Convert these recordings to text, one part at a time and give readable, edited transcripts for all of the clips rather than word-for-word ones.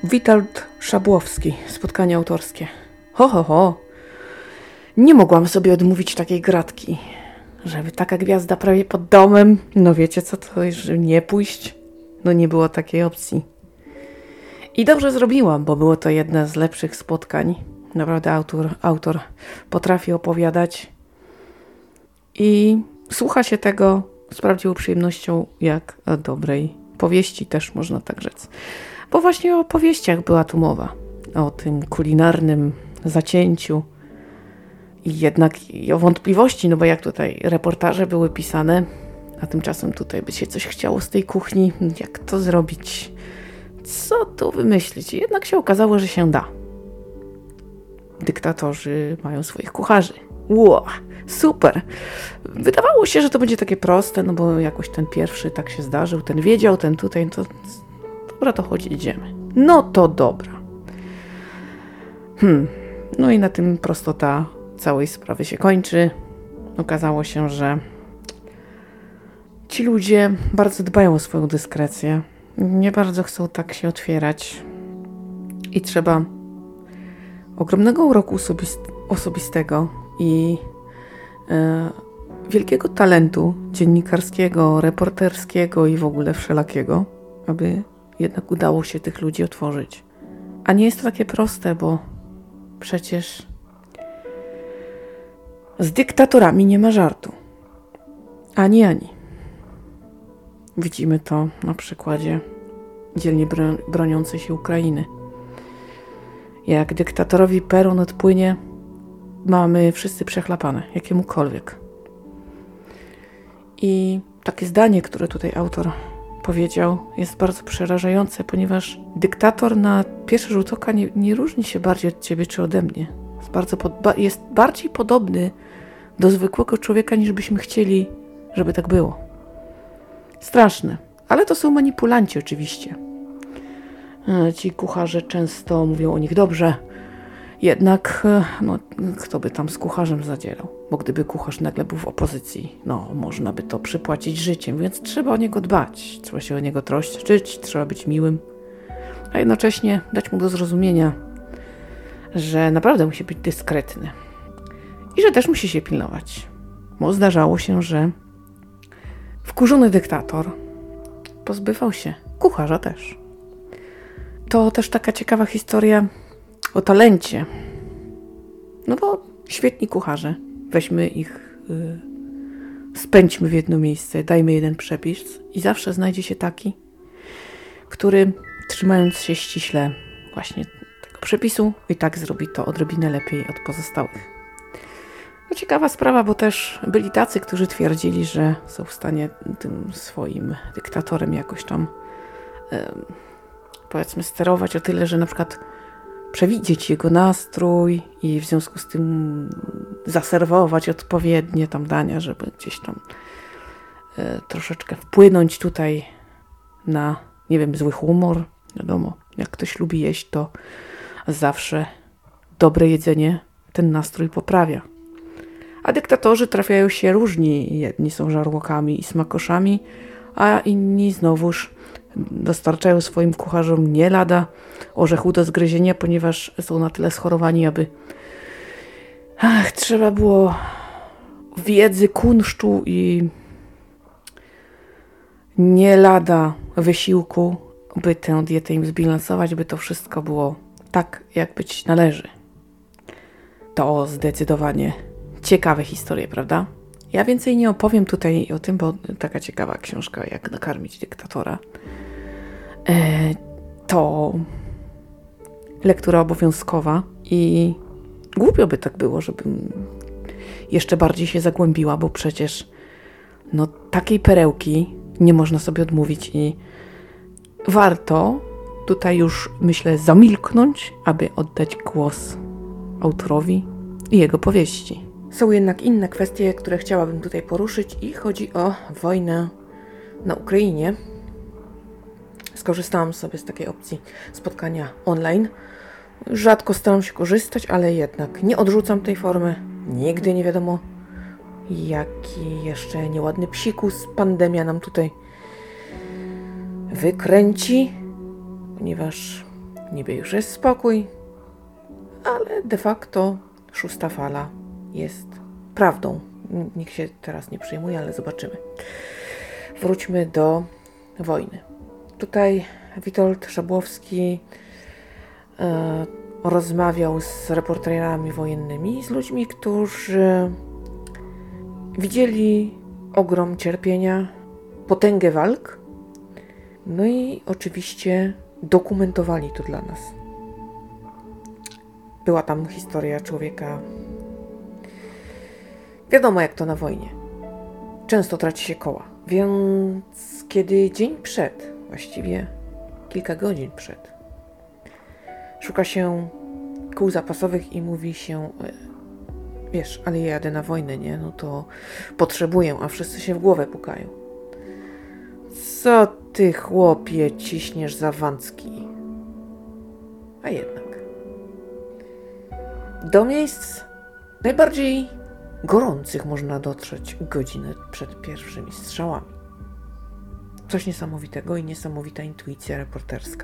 Witold Szabłowski, spotkanie autorskie. Ho, ho, ho. Nie mogłam sobie odmówić takiej gratki. Żeby taka gwiazda prawie pod domem. No wiecie co to jest, że nie pójść? No nie było takiej opcji. I dobrze zrobiłam, bo było to jedno z lepszych spotkań. Naprawdę autor potrafi opowiadać. I słucha się tego z prawdziwą przyjemnością, jak dobrej powieści też można tak rzec. Bo właśnie o powieściach była tu mowa. O tym kulinarnym zacięciu. I jednak i o wątpliwości, no bo jak tutaj reportaże były pisane, a tymczasem tutaj by się coś chciało z tej kuchni, jak to zrobić? Co tu wymyślić? Jednak się okazało, że się da. Dyktatorzy mają swoich kucharzy. Ło, super! Wydawało się, że to będzie takie proste, no bo jakoś ten pierwszy tak się zdarzył, ten wiedział, ten tutaj, to dobra, to chodź, idziemy. No to dobra. No i na tym prostota całej sprawy się kończy. Okazało się, że ci ludzie bardzo dbają o swoją dyskrecję. Nie bardzo chcą tak się otwierać. I trzeba ogromnego uroku osobistego i wielkiego talentu dziennikarskiego, reporterskiego i w ogóle wszelakiego, aby jednak udało się tych ludzi otworzyć. A nie jest to takie proste, bo przecież z dyktatorami nie ma żartu. Ani. Widzimy to na przykładzie dzielnie broniącej się Ukrainy. Jak dyktatorowi Perun odpłynie, mamy wszyscy przechlapane, jakiemukolwiek. I takie zdanie, które tutaj autor powiedział, jest bardzo przerażające, ponieważ dyktator na pierwszy rzut oka nie różni się bardziej od ciebie czy ode mnie. Jest bardziej podobny do zwykłego człowieka, niż byśmy chcieli, żeby tak było. Straszne, ale to są manipulanci oczywiście. Ci kucharze często mówią o nich dobrze, jednak no, kto by tam z kucharzem zadzierał? Bo gdyby kucharz nagle był w opozycji, no można by to przypłacić życiem, więc trzeba o niego dbać, trzeba się o niego troszczyć, trzeba być miłym, a jednocześnie dać mu do zrozumienia, że naprawdę musi być dyskretny i że też musi się pilnować. Bo zdarzało się, że wkurzony dyktator pozbywał się kucharza też. To też taka ciekawa historia o talencie. No bo świetni kucharze, weźmy ich, spędźmy w jedno miejsce, dajmy jeden przepis i zawsze znajdzie się taki, który trzymając się ściśle właśnie tego przepisu i tak zrobi to odrobinę lepiej od pozostałych. To ciekawa sprawa, bo też byli tacy, którzy twierdzili, że są w stanie tym swoim dyktatorem jakoś tam powiedzmy sterować o tyle, że na przykład przewidzieć jego nastrój i w związku z tym zaserwować odpowiednie tam dania, żeby gdzieś tam troszeczkę wpłynąć tutaj na, nie wiem, zły humor. Wiadomo, jak ktoś lubi jeść, to zawsze dobre jedzenie ten nastrój poprawia. A dyktatorzy trafiają się różni. Jedni są żarłokami i smakoszami, a inni znowuż dostarczają swoim kucharzom nie lada orzechu do zgryzienia, ponieważ są na tyle schorowani, aby trzeba było wiedzy, kunsztu i nie lada wysiłku, by tę dietę im zbilansować, by to wszystko było tak, jak być należy. To zdecydowanie ciekawe historie, prawda? Ja więcej nie opowiem tutaj o tym, bo taka ciekawa książka, jak nakarmić dyktatora. To lektura obowiązkowa i głupio by tak było, żebym jeszcze bardziej się zagłębiła, bo przecież no takiej perełki nie można sobie odmówić i warto tutaj już, myślę, zamilknąć, aby oddać głos autorowi i jego powieści. Są jednak inne kwestie, które chciałabym tutaj poruszyć i chodzi o wojnę na Ukrainie. Skorzystałam sobie z takiej opcji spotkania online. Rzadko staram się korzystać, ale jednak nie odrzucam tej formy. Nigdy nie wiadomo, jaki jeszcze nieładny psikus pandemia nam tutaj wykręci, ponieważ niby już jest spokój, ale de facto 6. fala jest prawdą. Nikt się teraz nie przejmuje, ale zobaczymy. Wróćmy do wojny. Tutaj Witold Szabłowski rozmawiał z reporterami wojennymi, z ludźmi, którzy widzieli ogrom cierpienia, potęgę walk, no i oczywiście dokumentowali to dla nas. Była tam historia człowieka. Wiadomo, jak to na wojnie. Często traci się koła, więc kiedy dzień przed, właściwie kilka godzin przed, szuka się kół zapasowych i mówi się, wiesz, ale ja jadę na wojnę, nie? No to potrzebuję, a wszyscy się w głowę pukają. Co ty, chłopie, ciśniesz za wącki? A jednak. Do miejsc najbardziej gorących można dotrzeć godzinę przed pierwszymi strzałami. Coś niesamowitego i niesamowita intuicja reporterska.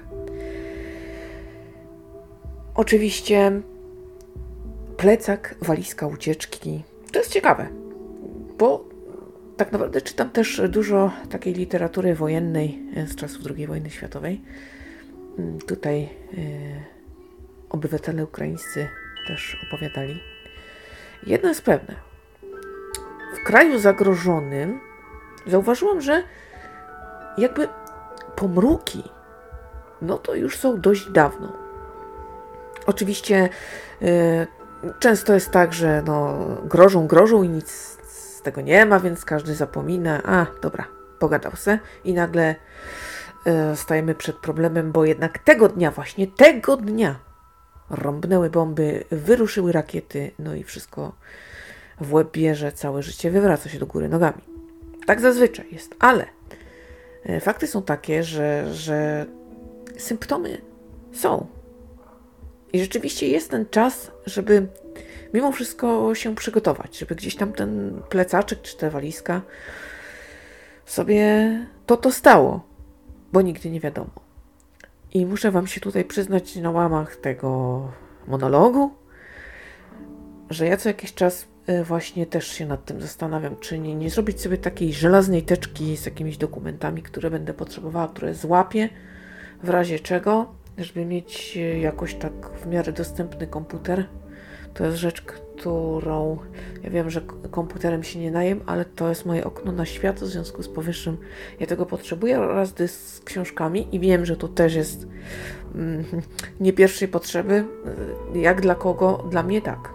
Oczywiście plecak, walizka ucieczki. To jest ciekawe, bo tak naprawdę czytam też dużo takiej literatury wojennej z czasów II wojny światowej. Tutaj obywatele ukraińscy też opowiadali. Jedno jest pewne. W kraju zagrożonym zauważyłam, że jakby pomruki, no to już są dość dawno. Oczywiście często jest tak, że no, grożą i nic z tego nie ma, więc każdy zapomina. A, dobra, pogadał se i nagle stajemy przed problemem, bo jednak właśnie tego dnia rąbnęły bomby, wyruszyły rakiety, no i wszystko w łeb bierze, całe życie wywraca się do góry nogami. Tak zazwyczaj jest, ale fakty są takie, że symptomy są. I rzeczywiście jest ten czas, żeby mimo wszystko się przygotować, żeby gdzieś tam ten plecaczek czy ta walizka sobie to stało, bo nigdy nie wiadomo. I muszę wam się tutaj przyznać na łamach tego monologu, że ja co jakiś czas właśnie też się nad tym zastanawiam, czy nie zrobić sobie takiej żelaznej teczki z jakimiś dokumentami, które będę potrzebowała, które złapię w razie czego, żeby mieć jakoś tak w miarę dostępny komputer. To jest rzecz, którą ja wiem, że komputerem się nie najem, ale to jest moje okno na świat, w związku z powyższym ja tego potrzebuję oraz z książkami i wiem, że to też jest nie pierwszej potrzeby. Jak dla kogo? Dla mnie tak.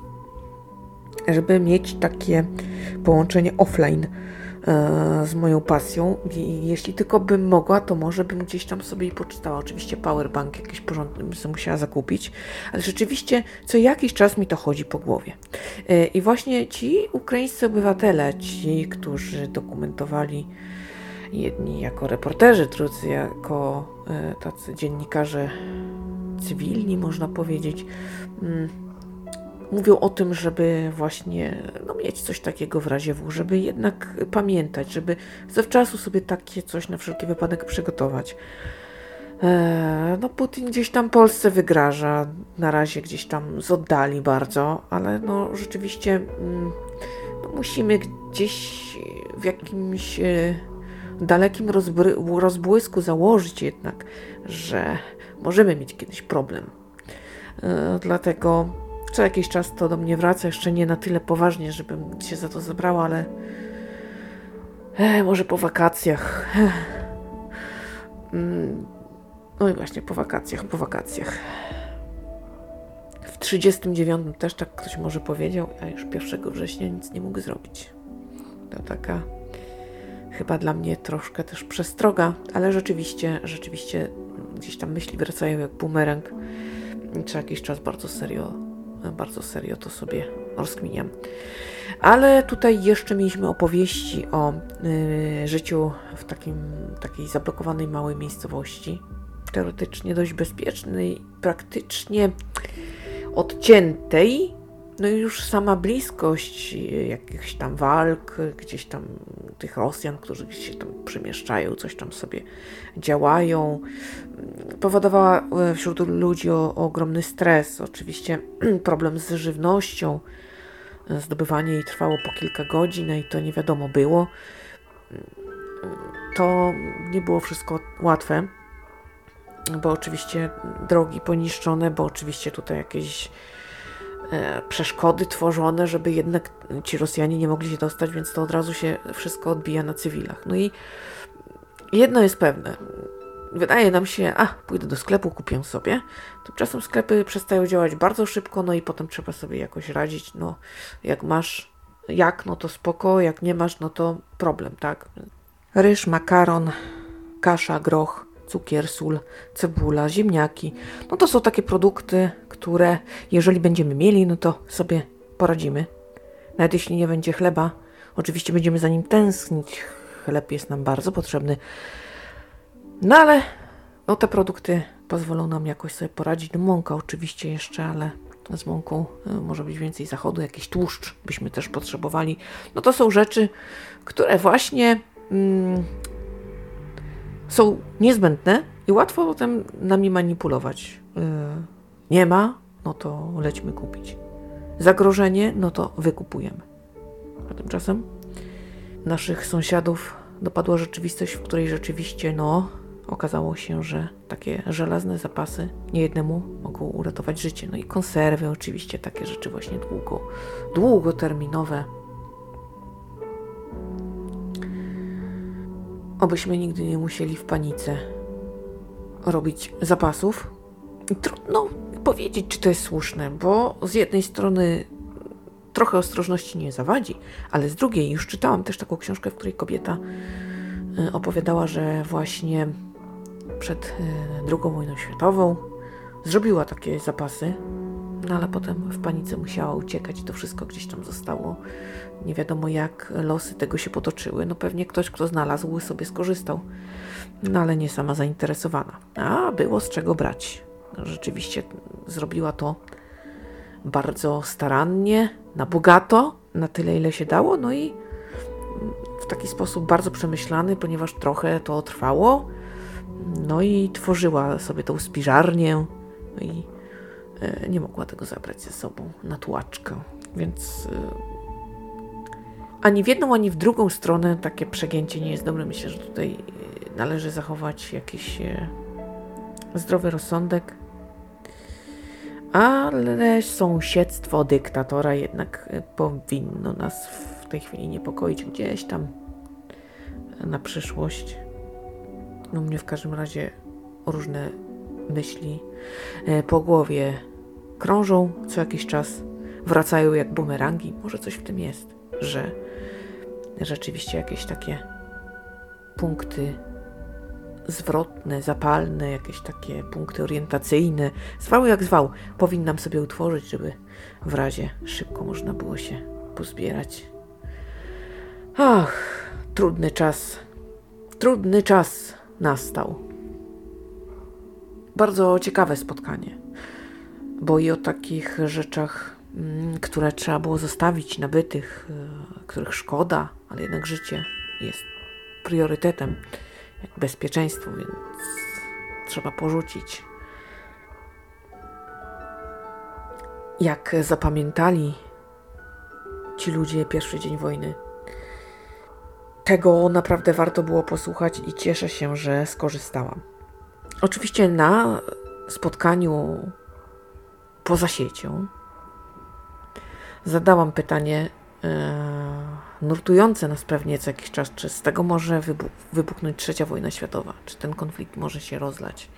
Żeby mieć takie połączenie offline z moją pasją i jeśli tylko bym mogła, to może bym gdzieś tam sobie i poczytała. Oczywiście powerbank jakiś porządny bym sobie musiała zakupić, ale rzeczywiście co jakiś czas mi to chodzi po głowie. I właśnie ci ukraińscy obywatele, ci, którzy dokumentowali, jedni jako reporterzy, drudzy jako tacy dziennikarze cywilni, można powiedzieć, mówią o tym, żeby właśnie mieć coś takiego w razie W, żeby jednak pamiętać, żeby zawczasu sobie takie coś na wszelki wypadek przygotować. Putin gdzieś tam Polsce wygraża, na razie gdzieś tam z oddali bardzo, ale rzeczywiście musimy gdzieś w jakimś dalekim rozbłysku założyć jednak, że możemy mieć kiedyś problem. Dlatego co jakiś czas to do mnie wraca, jeszcze nie na tyle poważnie, żebym się za to zabrała, ale może po wakacjach. No i właśnie po wakacjach. W 39 też tak ktoś może powiedział, a już 1 września nic nie mógł zrobić. To taka chyba dla mnie troszkę też przestroga, ale rzeczywiście gdzieś tam myśli wracają jak bumerang. Co jakiś czas bardzo serio to sobie rozkminiam. Ale tutaj jeszcze mieliśmy opowieści o życiu w takiej zablokowanej małej miejscowości, teoretycznie dość bezpiecznej, praktycznie odciętej No i już sama bliskość jakichś tam walk, gdzieś tam tych Rosjan, którzy gdzieś się tam przemieszczają, coś tam sobie działają, powodowała wśród ludzi ogromny stres. Oczywiście problem z żywnością, zdobywanie jej trwało po kilka godzin, a i to nie wiadomo było. To nie było wszystko łatwe, bo oczywiście drogi poniszczone, bo oczywiście tutaj jakieś przeszkody tworzone, żeby jednak ci Rosjanie nie mogli się dostać, więc to od razu się wszystko odbija na cywilach. No i jedno jest pewne. Wydaje nam się, pójdę do sklepu, kupię sobie. Tymczasem sklepy przestają działać bardzo szybko, no i potem trzeba sobie jakoś radzić. No, jak masz, no to spoko, jak nie masz, no to problem, tak? Ryż, makaron, kasza, groch, cukier, sól, cebula, ziemniaki. No to są takie produkty, które jeżeli będziemy mieli, no to sobie poradzimy. Nawet jeśli nie będzie chleba, oczywiście będziemy za nim tęsknić. Chleb jest nam bardzo potrzebny. No ale te produkty pozwolą nam jakoś sobie poradzić. No mąka oczywiście jeszcze, ale z mąką może być więcej zachodu. Jakiś tłuszcz byśmy też potrzebowali. No to są rzeczy, które właśnie są niezbędne i łatwo potem nami manipulować. Nie ma, no to lećmy kupić. Zagrożenie, no to wykupujemy. A tymczasem naszych sąsiadów dopadła rzeczywistość, w której rzeczywiście, okazało się, że takie żelazne zapasy niejednemu mogą uratować życie. No i konserwy oczywiście, takie rzeczy właśnie długoterminowe. Obyśmy nigdy nie musieli w panice robić zapasów. I trudno powiedzieć, czy to jest słuszne, bo z jednej strony trochę ostrożności nie zawadzi, ale z drugiej już czytałam też taką książkę, w której kobieta opowiadała, że właśnie przed II wojną światową zrobiła takie zapasy, no ale potem w panice musiała uciekać i to wszystko gdzieś tam zostało. Nie wiadomo, jak losy tego się potoczyły. No pewnie ktoś, kto znalazł, sobie skorzystał, no ale nie sama zainteresowana. A było z czego brać. No, rzeczywiście zrobiła to bardzo starannie, na bogato, na tyle, ile się dało, no i w taki sposób bardzo przemyślany, ponieważ trochę to trwało, no i tworzyła sobie tą spiżarnię, no i nie mogła tego zabrać ze sobą na tułaczkę, więc ani w jedną, ani w drugą stronę takie przegięcie nie jest dobre. Myślę, że tutaj należy zachować jakiś zdrowy rozsądek, ale sąsiedztwo dyktatora jednak powinno nas w tej chwili niepokoić gdzieś tam na przyszłość. No mnie w każdym razie różne myśli po głowie krążą co jakiś czas, wracają jak bumerangi. Może coś w tym jest, że rzeczywiście jakieś takie punkty zwrotne, zapalne, jakieś takie punkty orientacyjne, zwał jak zwał, powinnam sobie utworzyć, żeby w razie szybko można było się pozbierać. Ach, trudny czas nastał. Bardzo ciekawe spotkanie, bo i o takich rzeczach, które trzeba było zostawić, nabytych, których szkoda, ale jednak życie jest priorytetem, jak bezpieczeństwo, więc trzeba porzucić. Jak zapamiętali ci ludzie pierwszy dzień wojny, tego naprawdę warto było posłuchać i cieszę się, że skorzystałam. Oczywiście na spotkaniu poza siecią zadałam pytanie nurtujące nas pewnie co jakiś czas, czy z tego może wybuchnąć trzecia wojna światowa, czy ten konflikt może się rozlać.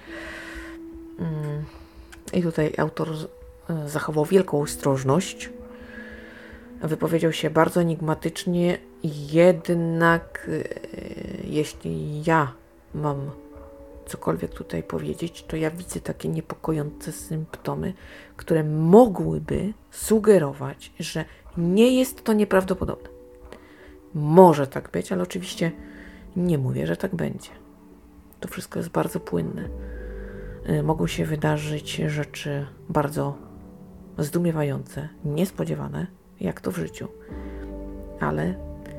I tutaj autor zachował wielką ostrożność, wypowiedział się bardzo enigmatycznie, jednak jeśli ja mam cokolwiek tutaj powiedzieć, to ja widzę takie niepokojące symptomy, które mogłyby sugerować, że nie jest to nieprawdopodobne. Może tak być, ale oczywiście nie mówię, że tak będzie. To wszystko jest bardzo płynne. Mogą się wydarzyć rzeczy bardzo zdumiewające, niespodziewane, jak to w życiu. Ale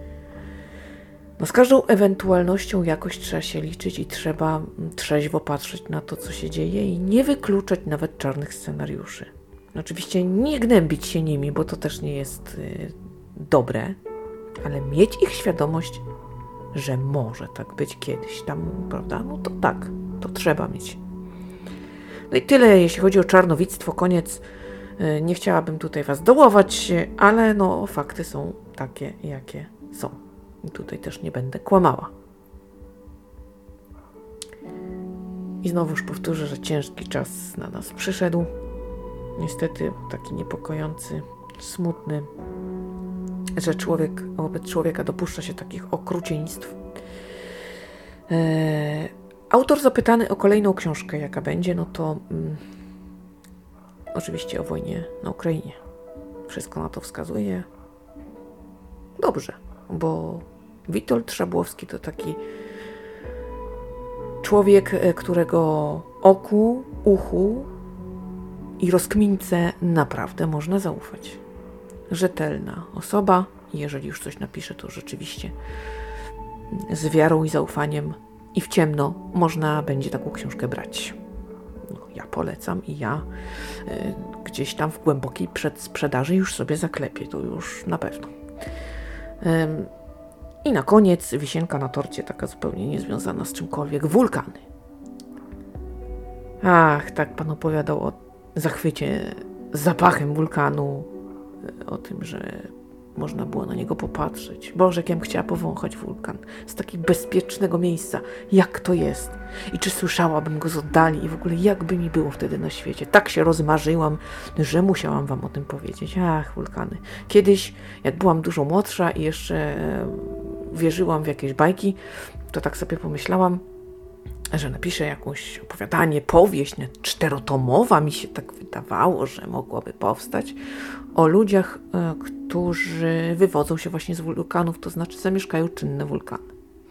z każdą ewentualnością jakoś trzeba się liczyć i trzeba trzeźwo patrzeć na to, co się dzieje i nie wykluczać nawet czarnych scenariuszy. Oczywiście nie gnębić się nimi, bo to też nie jest dobre, ale mieć ich świadomość, że może tak być kiedyś tam, prawda? No to tak, to trzeba mieć. No i tyle, jeśli chodzi o czarnowictwo, koniec. Nie chciałabym tutaj was dołować, ale fakty są takie, jakie są. I tutaj też nie będę kłamała. I znowuż powtórzę, że ciężki czas na nas przyszedł. Niestety taki niepokojący, smutny, że człowiek wobec człowieka dopuszcza się takich okrucieństw. Autor zapytany o kolejną książkę, jaka będzie, to oczywiście o wojnie na Ukrainie. Wszystko na to wskazuje. Dobrze, bo Witold Szabłowski to taki człowiek, którego oku, uchu i rozkmince naprawdę można zaufać. Rzetelna osoba, jeżeli już coś napisze, to rzeczywiście z wiarą i zaufaniem i w ciemno można będzie taką książkę brać. Ja polecam i ja gdzieś tam w głębokiej przedsprzedaży już sobie zaklepię, to już na pewno. I na koniec wisienka na torcie, taka zupełnie niezwiązana z czymkolwiek. Wulkany. Ach, tak pan opowiadał o zachwycie zapachem wulkanu, o tym, że można było na niego popatrzeć. Boże, jak ja bym chciała powąchać wulkan z takiego bezpiecznego miejsca. Jak to jest? I czy słyszałabym go z oddali i w ogóle jakby mi było wtedy na świecie? Tak się rozmarzyłam, że musiałam wam o tym powiedzieć. Ach, wulkany. Kiedyś, jak byłam dużo młodsza i jeszcze wierzyłam w jakieś bajki, to tak sobie pomyślałam, że napiszę jakąś opowiadanie, powieść, 4-tomowa, mi się tak wydawało, że mogłaby powstać, o ludziach, którzy wywodzą się właśnie z wulkanów, to znaczy zamieszkają czynne wulkany.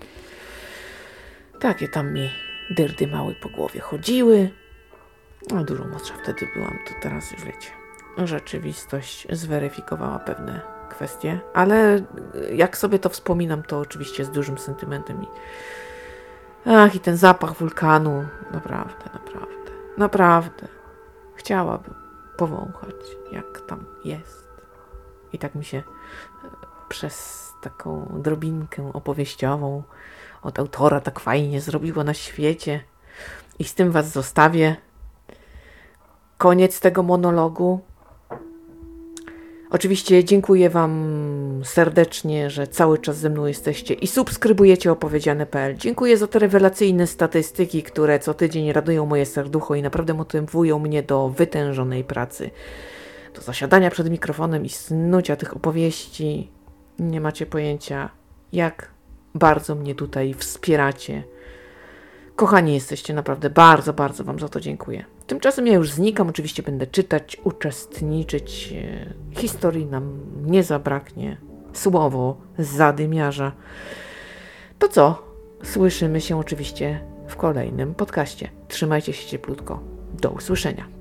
Takie tam mi dyrdy małe po głowie chodziły, a dużo młodsza wtedy byłam, to teraz już wiecie, rzeczywistość zweryfikowała pewne kwestie, ale jak sobie to wspominam, to oczywiście z dużym sentymentem i ten zapach wulkanu, naprawdę chciałabym powąchać, jak tam jest. I tak mi się przez taką drobinkę opowieściową od autora tak fajnie zrobiło na świecie. I z tym was zostawię. Koniec tego monologu. Oczywiście dziękuję wam serdecznie, że cały czas ze mną jesteście i subskrybujecie opowiedziane.pl. Dziękuję za te rewelacyjne statystyki, które co tydzień radują moje serducho i naprawdę motywują mnie do wytężonej pracy. Do zasiadania przed mikrofonem i snucia tych opowieści. Nie macie pojęcia, jak bardzo mnie tutaj wspieracie. Kochani jesteście, naprawdę bardzo, bardzo wam za to dziękuję. Tymczasem ja już znikam, oczywiście będę czytać, uczestniczyć. Historii nam nie zabraknie. Słowo zadymiarza. To co? Słyszymy się oczywiście w kolejnym podcaście. Trzymajcie się cieplutko. Do usłyszenia.